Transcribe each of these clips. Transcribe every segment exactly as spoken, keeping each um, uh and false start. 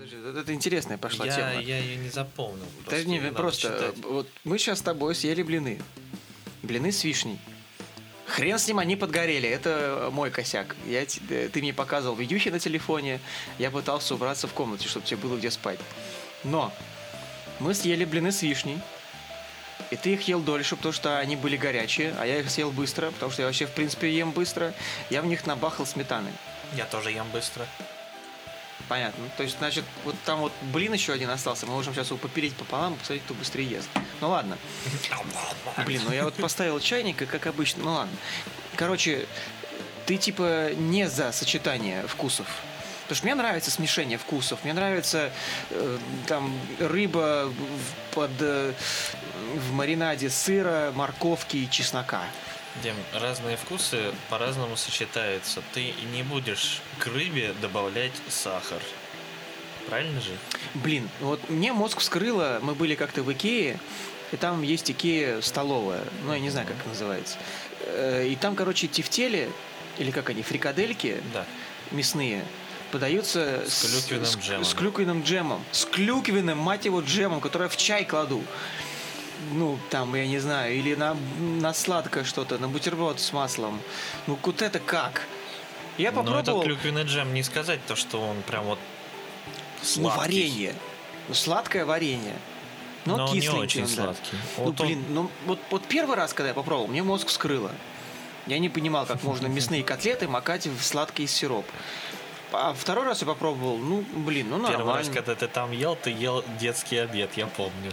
Подожди, это интересная пошла я, тема. Я ее не запомнил. Да не, просто вот мы сейчас с тобой съели блины. Блины с вишней. Хрен с ним, они подгорели. Это мой косяк. Я, ты мне показывал видюхи на телефоне. Я пытался убраться в комнате, чтобы тебе было где спать. Но мы съели блины с вишней. И ты их ел дольше, потому что они были горячие. А я их съел быстро, потому что я вообще в принципе ем быстро. Я в них набахал сметаны. Я тоже ем быстро. Понятно. То есть, значит, вот там вот блин еще один остался. Мы можем сейчас его попилить пополам и посмотреть, кто быстрее ест. Ну ладно. Блин, ну я вот поставил чайник, и как обычно. Ну ладно. Короче, ты типа не за сочетание вкусов. Потому что мне нравится смешение вкусов. Мне нравится э, там рыба под, э, в маринаде сыра, морковки и чеснока. Дим, разные вкусы по-разному сочетаются. Ты не будешь к рыбе добавлять сахар. Правильно же? Блин, вот мне мозг вскрыло. Мы были как-то в Икее, и там есть Икея столовая. Ну, я не знаю, как это называется. И там, короче, тефтели, или как они, фрикадельки, да, мясные, подаются с клюквенным с, джемом. С клюквенным джемом. С клюквенным, мать его, джемом, который я в чай кладу. Ну, там, я не знаю, или на, на сладкое что-то, на бутерброд с маслом. Ну, вот это как? Я попробовал... Но этот клюквенный джем, не сказать то, что он прям вот сладкий. Ну, варенье. Ну, сладкое варенье. Но, Но кисленький не очень он, да. сладкий. Ну, вот блин, он... ну, вот, вот первый раз, когда я попробовал, мне мозг вскрыло. Я не понимал, как можно мясные котлеты макать в сладкий сироп. А второй раз я попробовал, ну, блин, ну, нормально. Первый раз, когда ты там ел, ты ел детский обед, я помню.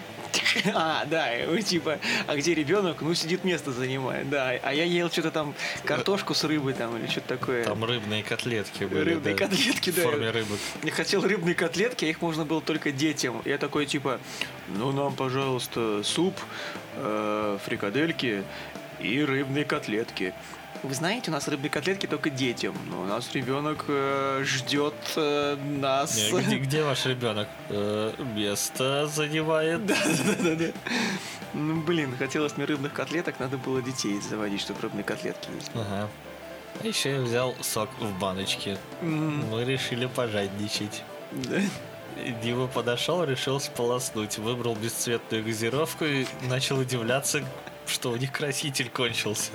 А, да, ну, типа, а где ребенок? Ну, сидит, место занимает, да. А я ел что-то там, картошку с рыбой там или что-то такое. Там рыбные котлетки были. Рыбные да, котлетки, да. В форме рыбы. Я хотел рыбные котлетки, а их можно было только детям. Я такой, типа, ну, нам, пожалуйста, суп, э, фрикадельки и рыбные котлетки. Вы знаете, у нас рыбные котлетки только детям. Но у нас ребенок э, ждет э, нас. Не, где, где ваш ребенок? Э, место занимает. Да, да, да, да. Ну, блин, хотелось мне рыбных котлеток, надо было детей заводить, чтобы рыбные котлетки есть. Ага. А еще я взял сок в баночке. Mm. Мы решили пожадничать. Да. Дима подошел, решил сполоснуть. Выбрал бесцветную газировку и начал удивляться, что у них краситель кончился.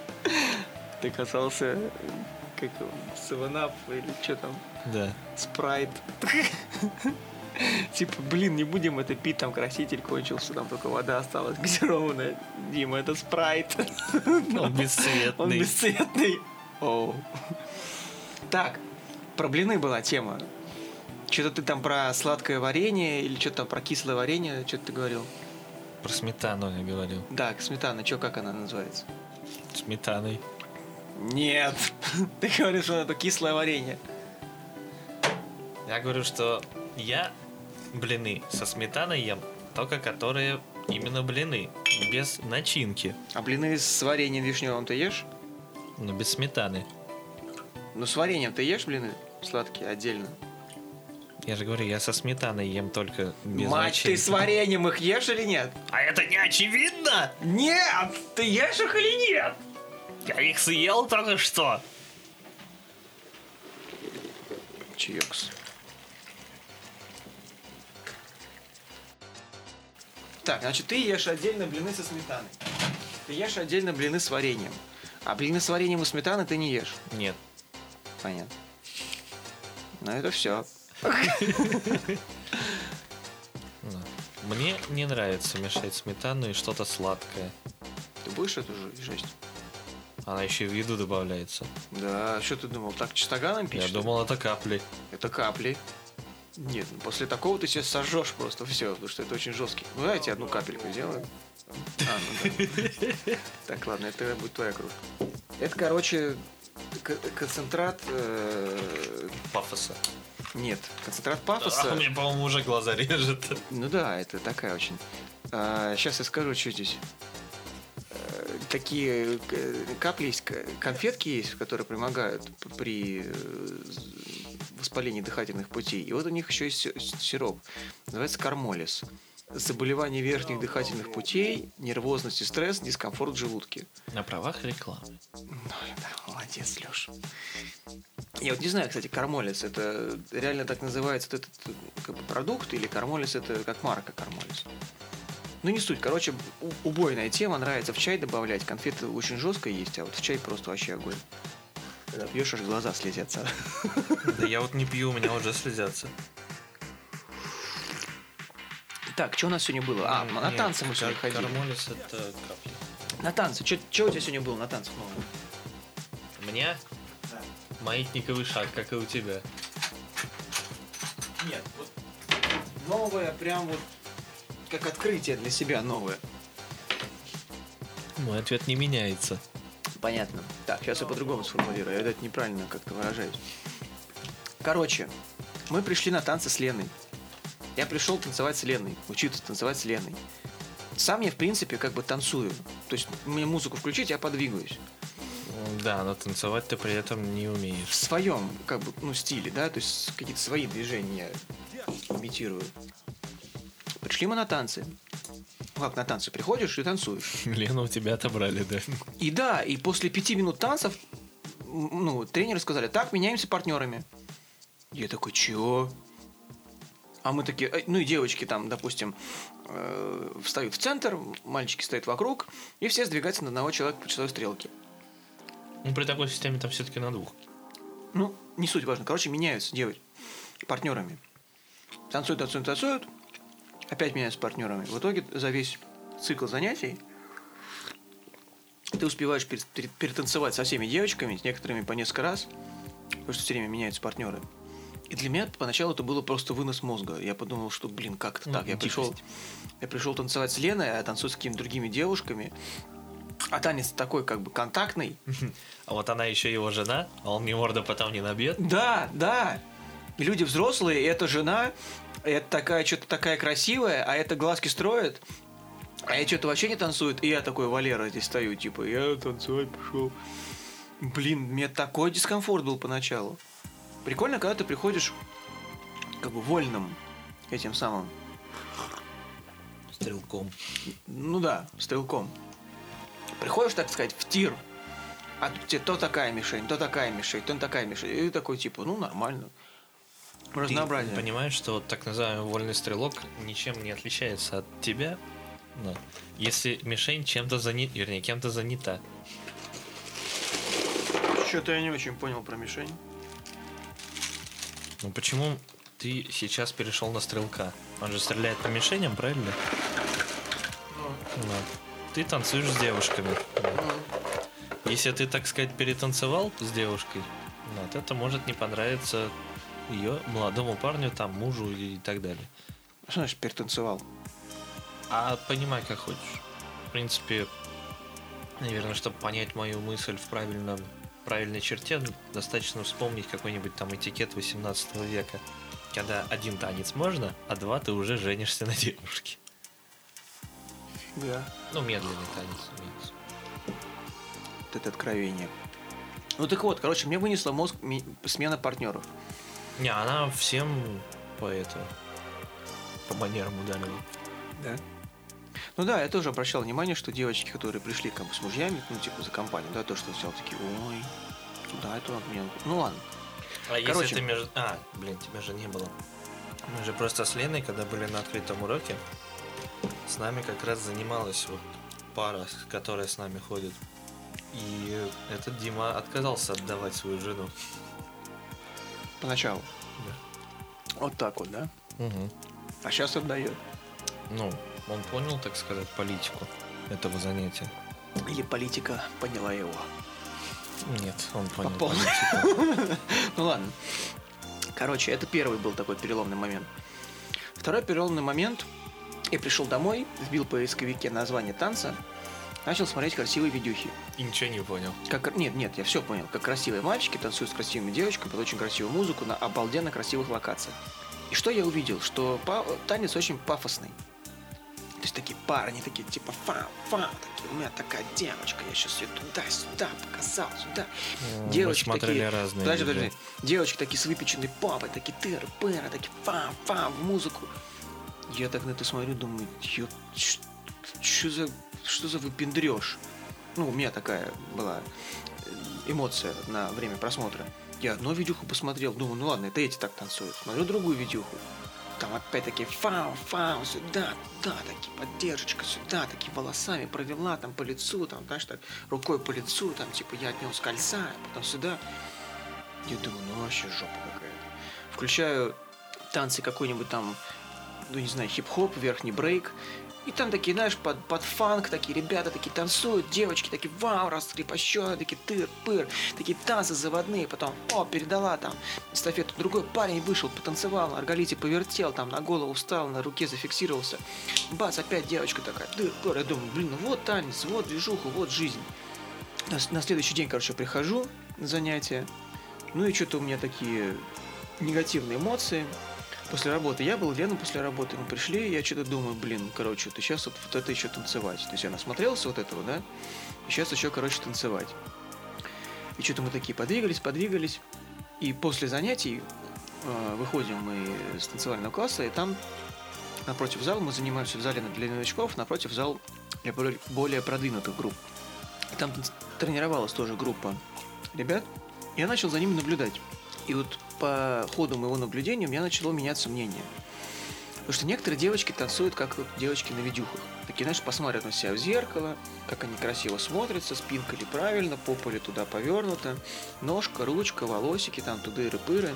Ты касался, как севен-ап или что там? Да. Спрайт. Типа, блин, не будем это пить, там краситель кончился, там только вода осталась газированная. Дима, это спрайт. Он бесцветный. Он бесцветный. Оу. Так, про блины была тема. Что-то ты там про сладкое варенье или что-то там про кислое варенье, что-то ты говорил? Про сметану я говорил. Да, сметана, что, как она называется? Сметаной. Нет, ты говоришь, что это кислое варенье. Я говорю, что я блины со сметаной ем, только которые именно блины, без начинки. А блины с вареньем вишневым ты ешь? Ну, без сметаны. Ну, с вареньем ты ешь блины сладкие отдельно? Я же говорю, я со сметаной ем только без Мать, начинки. ты с вареньем их ешь или нет? А это не очевидно? Нет! Ты ешь их или нет? Я их съел только что. Чьёкс. Так, значит, ты ешь отдельно блины со сметаной. Ты ешь отдельно блины с вареньем. А блины с вареньем и сметаной ты не ешь. Нет. Понятно. Ну, это все. Мне не нравится мешать сметану и что-то сладкое. Ты будешь эту же жесть? Она еще в еду добавляется. Да, что ты думал, так чистоганом пить? Я думал, это капли. Это капли. Нет, ну после такого ты себе сожжешь просто все, потому что это очень жесткий. Ну, давайте одну капельку сделаем. А, ну да. Так, ладно, это будет твоя кружка. Это, короче, концентрат... Пафоса. Нет, концентрат пафоса... А, мне, по-моему, уже глаза режет. Ну да, это такая очень... А, сейчас я скажу, что здесь. Такие капли есть, конфетки есть, которые помогают при воспалении дыхательных путей. И вот у них еще есть сироп. Называется кармолис. заболевания верхних дыхательных путей, нервозность и стресс, дискомфорт в желудке. На правах рекламы. Ну, да, молодец, Лёш. Я вот не знаю, кстати, Кармолис, это реально так называется этот как бы, продукт, или Кармолис это как марка Кармолис? Ну, не суть. Короче, у- убойная тема, нравится в чай добавлять. Конфеты очень жестко есть, а вот в чай просто вообще огонь. Когда пьешь, аж глаза слезятся. Да я вот не пью, у меня уже слезятся. Так, что у нас сегодня было? А, на Нет, танцы мы сегодня кар- ходили. Кармолис это капли. На танцы. Что у тебя сегодня было на танцах нового? У меня Да. маятниковый шаг, как и у тебя. Нет, вот новое, прям вот как открытие для себя новое. Мой ответ не меняется. Понятно. Так, сейчас я по-другому сформулирую. Я это неправильно как-то выражаюсь. Короче, мы пришли на танцы с Леной. Я пришел танцевать с Леной, учиться танцевать с Леной. Сам я, в принципе, как бы танцую. То есть мне музыку включить, я подвигаюсь. Да, но танцевать ты при этом не В умеешь. своем, как бы, ну, стиле, да, то есть какие-то свои движения имитирую. Пришли мы на танцы. Ну, как на танцы? Приходишь и танцуешь. Лену у тебя отобрали, да? И да, и после пяти минут танцев, м, ну, тренеры сказали, так, меняемся партнерами. Я такой, чего? А мы такие, э, ну и девочки там, допустим, э, встают в центр, мальчики стоят вокруг, и все сдвигаются на одного человека по часовой стрелке. Ну, при такой системе там все-таки на двух. Ну, не суть важно. Короче, меняются девочки партнерами. Танцуют, танцуют, танцуют, опять меняются партнерами. В итоге за весь цикл занятий ты успеваешь пере- пере- перетанцевать со всеми девочками, с некоторыми по несколько раз, потому что все время меняются партнеры. И для меня поначалу это было просто вынос мозга. Я подумал, что, блин, как это Ну, так? Я пришел, дикость. я пришел танцевать с Леной, а танцую с какими-то другими девушками. А танец такой, как бы, контактный. А вот она еще его жена, а он мне морда потом не набьет. Да, да. И люди взрослые, и это жена, и это такая, что-то такая красивая, а это глазки строит, а я что-то вообще не танцует. И я такой, Валера, здесь стою, типа, я танцевать пошел. Блин, мне такой дискомфорт был поначалу. Прикольно, когда ты приходишь как бы вольным этим самым, Стрелком. ну да, стрелком. Приходишь, так сказать, в тир, а тут тебе то такая мишень, то такая мишень, то такая мишень. И ты такой, типа, ну нормально. Разнообразие. Ты понимаешь, что вот так называемый вольный стрелок ничем не отличается от тебя, но если мишень чем-то занята, вернее, кем-то занята. Что-то я не очень понял про мишень. Ну почему ты сейчас перешел на стрелка? Он же стреляет по мишеням, правильно? Ну, ты танцуешь с девушками. Если ты, так сказать, перетанцевал с девушкой, вот, это может не понравиться ее молодому парню, там, мужу и так далее. Что значит перетанцевал? А понимай, как хочешь. В принципе, наверное, чтобы понять мою мысль в правильном, правильной черте, достаточно вспомнить какой-нибудь там этикет восемнадцатого века. Когда один танец можно, а два ты уже женишься на девушке. Да. Ну, медленный танец имеется. Вот это откровение. Ну так вот, короче, мне вынесла мозг ми- смена партнеров. Не, она всем по это по манерам ударила. Да. Ну да, я тоже обращал внимание, что девочки, которые пришли как бы с мужьями, ну типа за компанию, да, то, что все такие, ой, да, это мне... Ну ладно. А Короче. если ты между... А, блин, тебя же не было. Мы же просто с Леной, когда были на открытом уроке, с нами как раз занималась вот пара, которая с нами ходит. И этот Дима отказался отдавать свою жену. Поначалу. Да. Вот так вот, да? Угу. А сейчас отдает. Ну, он понял, так сказать, политику этого занятия. Или политика поняла его. Нет, он понял По полной. политику. Ну ладно. Короче, это первый был такой переломный момент. Второй переломный момент. Я пришел домой, вбил в поисковике название танца, начал смотреть красивые видюхи. И ничего не понял. Как, нет, нет, я все понял. Как красивые мальчики танцуют с красивыми девочками под очень красивую музыку на обалденно красивых локациях. И что я увидел? Что па- танец очень пафосный. То есть такие парни, такие типа фа-фа, такие, у меня такая девочка, я сейчас ее туда-сюда показал, сюда. Мы Девочки смотрели такие, разные подожди, видео. подожди. Девочки такие с выпеченной попой, такие тыры-пыры, такие фа-фа в музыку. Я так на это смотрю, думаю, ё, что за, что за выпендрёж? Ну, у меня такая была эмоция на время просмотра. Я одну видюху посмотрел, думаю, ну ладно, это эти так танцуют. Смотрю другую видюху. Там опять-таки фау, фау, сюда, туда, такие поддержка, сюда, такие волосами провела, там по лицу, там, знаешь, так, рукой по лицу, там, типа, я от него скользаю, потом сюда. Я думаю, ну вообще жопа какая-то. Включаю танцы какой-нибудь там, ну не знаю, хип-хоп, верхний брейк. И там такие, знаешь, под, под фанк такие ребята такие танцуют, девочки такие, вау, раскрепощенные, такие тыр-пыр, такие танцы заводные. Потом, о, передала там эстафету. Другой парень вышел, потанцевал, на арголите повертел, там на голову встал, на руке зафиксировался. Бац, опять девочка такая, тыр-пыр. Я думаю, блин, ну вот танец, вот движуха, вот жизнь. На, на следующий день, короче, прихожу на занятия. Ну и что-то у меня такие негативные эмоции. После работы я был, Лена после работы, мы пришли, я что-то думаю, блин, короче, ты сейчас вот, вот это еще танцевать. То есть я насмотрелся вот этого, да, и сейчас еще, короче, танцевать. И что-то мы такие подвигались, подвигались, и после занятий э, выходим мы с танцевального класса, и там напротив зала, мы занимаемся в зале для новичков, напротив зал для более продвинутых групп. И там тренировалась тоже группа ребят, и я начал за ними наблюдать. И вот по ходу моего наблюдения у меня начало меняться мнение. Потому что некоторые девочки танцуют, как вот девочки на видюхах. Такие, знаешь, посмотрят на себя в зеркало, как они красиво смотрятся, спинка ли правильно, попа ли туда повернута, ножка, ручка, волосики, там тудыры-пыры.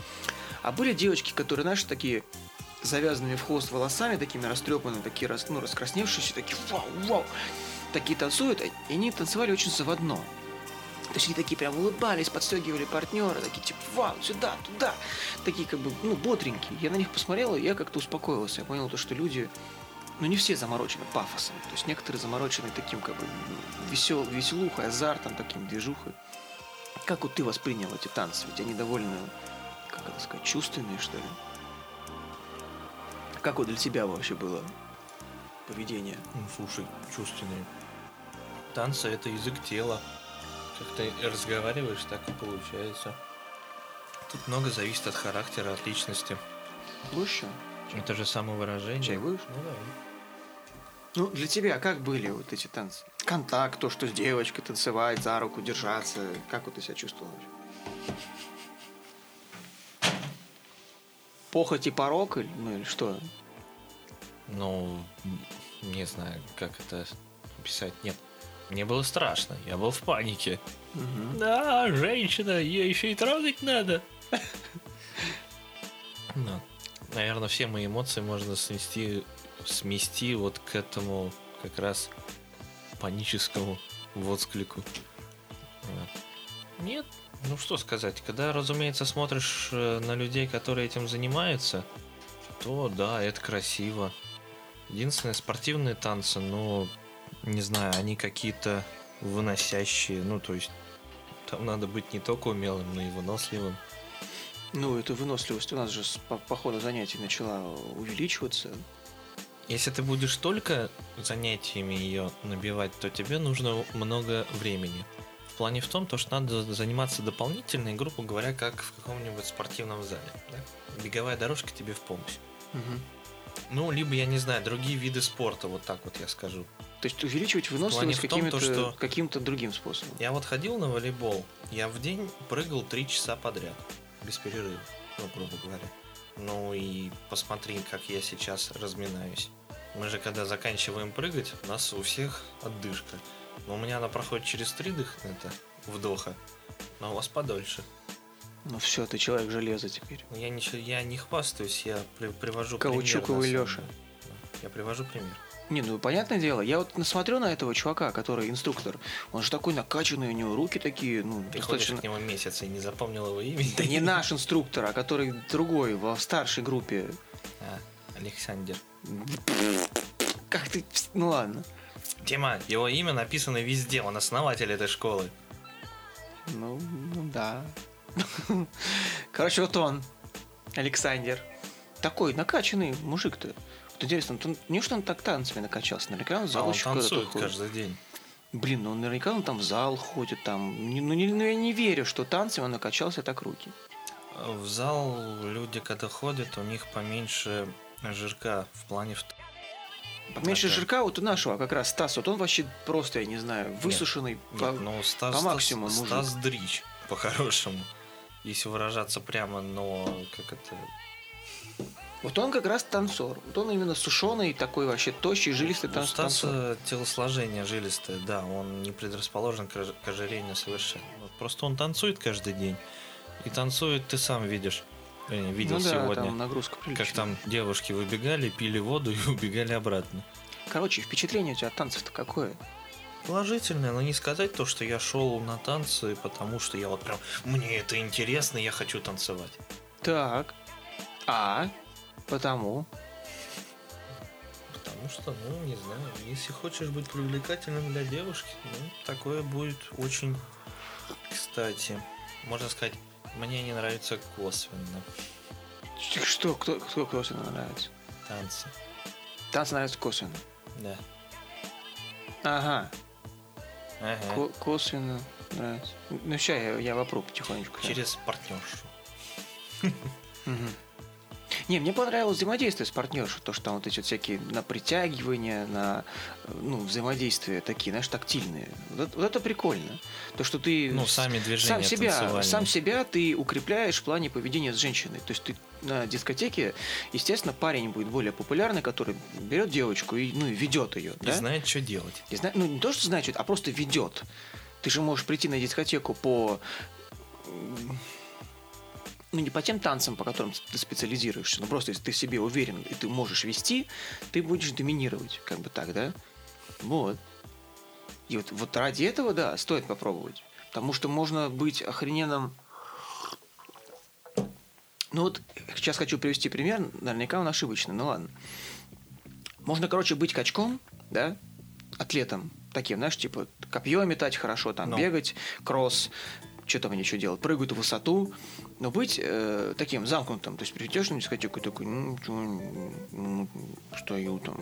А были девочки, которые, знаешь, такие завязанными в хвост волосами, такими растрепанными, такие, ну, раскрасневшиеся, такие вау, вау, такие танцуют, и они танцевали очень заводно. То есть они такие прям улыбались, подстегивали партнера, такие типа вау, сюда, туда. Такие как бы, ну, бодренькие. Я на них посмотрел, и я как-то успокоился. Я понял, то, что люди, ну, не все заморочены пафосом. То есть некоторые заморочены таким как бы весел, веселухой, азартом, таким движухой. Как вот ты воспринял эти танцы? Ведь они довольно, как это сказать, чувственные, что ли? Как вот для тебя вообще было поведение? Ну, слушай, чувственные. Танцы — это язык тела. Как ты разговариваешь, так и получается. Тут много зависит от характера, от личности. Будешь еще? Это же самовыражение. Чай будешь? Ну да. Ну, для тебя как были вот эти танцы? Контакт, то, что с девочкой танцевать, за руку держаться. Как вот ты себя чувствовал? Похоть и порок, или, ну или что? Ну, не знаю, как это описать. Нет. Мне было страшно, я был в панике. Угу. Да, женщина, ее еще и трогать надо. Ну, наверное, все мои эмоции можно смести, смести вот к этому как раз паническому отклику. Нет, ну что сказать, когда, разумеется, смотришь на людей, которые этим занимаются, то да, это красиво. Единственное, спортивные танцы, ну, не знаю, они какие-то выносящие, ну, то есть там надо быть не только умелым, но и выносливым. Ну, эта выносливость у нас же по, по ходу занятий начала увеличиваться. Если ты будешь только занятиями ее набивать, то тебе нужно много времени. В плане в том, то, что надо заниматься дополнительно, грубо говоря, как в каком-нибудь спортивном зале. Да? Беговая дорожка тебе в помощь. Угу. Ну, либо, я не знаю, другие виды спорта, вот так вот я скажу. То есть увеличивать выносливость каким-то, что... каким-то другим способом. Я вот ходил на волейбол, я в день прыгал три часа подряд, без перерыва, ну, грубо говоря. Ну и посмотри, как я сейчас разминаюсь. Мы же, когда заканчиваем прыгать, у нас у всех отдышка. Но у меня она проходит через три дых, это, вдоха, но у вас подольше. Ну все, ты человек железа теперь. Я не, я не хвастаюсь, я при, привожу Каучуковый пример. Леша. Я привожу пример. Не, ну понятное дело, я вот смотрю на этого чувака, который инструктор, он же такой накачанный, у него руки такие, ну, Ты достаточно... ходишь к нему месяц и не запомнил его имя? Да не наш инструктор, а который другой, во старшей группе. А, Александр. Как ты... Ну ладно. Дима, его имя написано везде, он основатель этой школы. Ну, ну да. Короче, вот он, Александр. Такой накачанный мужик-то. Вот интересно, он, не что он так танцами накачался? Наверняка он в зал а он еще танцует каждый день. Блин, ну наверняка он там в зал ходит, там. Не, ну, не, ну я не верю, что танцами он накачался так руки. В зал люди, когда ходят, у них поменьше жирка в плане... В... Поменьше А так. жирка вот у нашего как раз Стас, вот он вообще просто, я не знаю, высушенный Нет, по, ну, Стас, по Стас- максимуму мужик. Стас дрищ, по-хорошему. Если выражаться прямо, но как это... Вот он как раз танцор. Вот он именно сушеный, такой вообще тощий, жилистый У танц- танцор. Стаса телосложение жилистое, да, он не предрасположен к ож- к ожирению совершенно. Вот просто он танцует каждый день. И танцует, ты сам видишь. Я не видел Ну да, сегодня. там нагрузка приличная. Как там девушки выбегали, пили воду и убегали обратно. Короче, впечатление у тебя от танцев-то какое? Положительное, но не сказать то, что я шел на танцы, потому что я вот прям, мне это интересно, я хочу танцевать. Так. А? Потому? Потому что, ну, не знаю, если хочешь быть привлекательным для девушки, ну, такое будет очень кстати. Можно сказать, мне не нравится косвенно Что? Кто, кто косвенно нравится? танцы. Танцы нравятся косвенно. Да. Ага. Ага. Ко- косвенно нравится. Ну, сейчас я, я вопру потихонечку. щас. Через партнершу. Мгм. Не, мне понравилось взаимодействие с партнершей, то, что там вот эти вот всякие на притягивания, на э, ну, взаимодействия такие, знаешь, тактильные. Вот, это- вот это прикольно. То, что ты Ну, с- сами движения сам себя, танцевальные. сам себя ты укрепляешь в плане поведения с женщиной. То есть ты на дискотеке, естественно, парень будет более популярный, который берет девочку и, ну, и ведет ее. И да? знает, что делать. И зна- ну, не то, что значит, а просто ведет. Ты же можешь прийти на дискотеку по... м, ну, не по тем танцам, по которым ты специализируешься, но просто если ты в себе уверен и ты можешь вести, ты будешь доминировать, как бы так, да? Вот. И вот, вот ради этого, да, стоит попробовать. Потому что можно быть охрененным... Ну вот, сейчас хочу привести пример, наверняка он ошибочный, ну ладно. Можно, короче, быть качком, да, атлетом, таким, знаешь, типа копье метать хорошо, там, Ну. бегать, кросс, что там они еще делают, прыгают в высоту, но быть э, таким замкнутым, то есть придешь на дискотеку и такой, ну, чё, ну, стою там.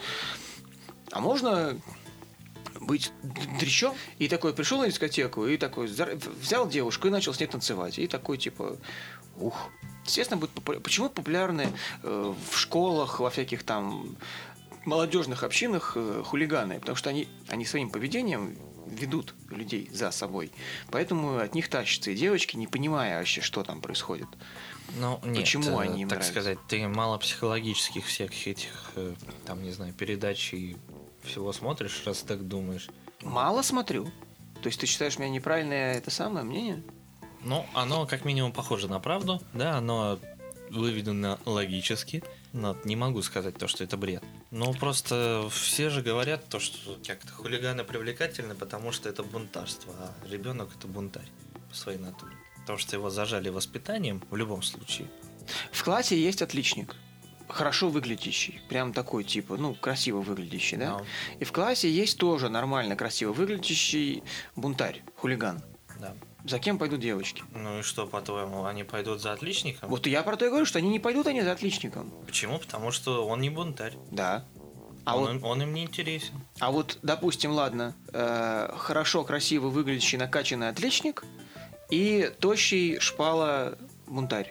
А можно быть дрищом, и такой пришел на дискотеку, и такой зар- взял девушку и начал с ней танцевать, и такой, типа, ух. Естественно, будет попу- почему популярны э, в школах, во всяких там молодежных общинах э, хулиганы? Потому что они, они своим поведением ведут людей за собой. Поэтому от них тащатся и девочки, не понимая вообще, что там происходит. Ну, нет, Почему э, они им так нравятся? сказать, ты мало психологических всяких этих, э, там, не знаю, передач и всего смотришь, раз так думаешь. Мало смотрю. То есть ты считаешь, у меня неправильное это самое мнение? Ну, оно как минимум похоже на правду, да, оно выведено логически, но не могу сказать то, что это бред. Но просто все же говорят то, что как-то хулиганы привлекательны, потому что это бунтарство, а ребенок это бунтарь по своей натуре. Потому что его зажали воспитанием в любом случае. В классе есть отличник. Хорошо выглядящий. Прям такой, типа, ну, красиво выглядящий, да? Но, И в классе есть тоже нормально красиво выглядящий бунтарь, хулиган. да. За кем пойдут девочки? Ну и что, по-твоему, они пойдут за отличником? Вот я про то и говорю, что они не пойдут они за отличником. Почему? Потому что он не бунтарь. Да. А он, вот, им, он им не интересен. а вот, допустим, ладно, э, хорошо, красиво выглядящий накачанный отличник и тощий шпала бунтарь.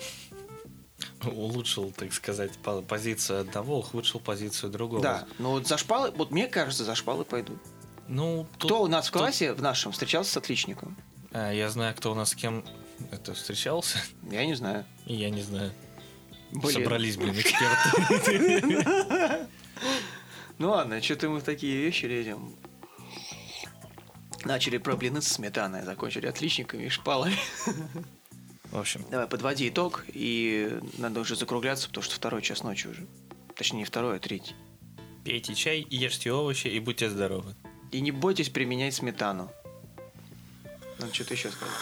Улучшил, так сказать, по- позицию одного, ухудшил позицию другого. Да, но вот за шпалы, вот мне кажется, за шпалы пойдут. Ну, тут- Кто у нас в тут- классе, в нашем, встречался с отличником? А, я знаю, кто у нас с кем это встречался, Я не знаю. и я не знаю. Блин. Собрались, блин, эксперты. Ну ладно, что-то мы в такие вещи лезем. Начали про блины с сметаной, закончили отличниками и шпалами. В общем, Давай, подводи итог, и надо уже закругляться, потому что второй час ночи уже. Точнее, не второй, а третий. пейте чай, ешьте овощи и будьте здоровы. И не бойтесь применять сметану. Надо что-то еще сказать.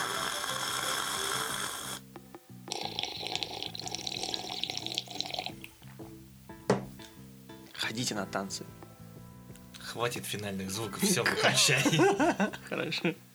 Ходите на танцы. Хватит финальных звуков, все, выключай. Хорошо.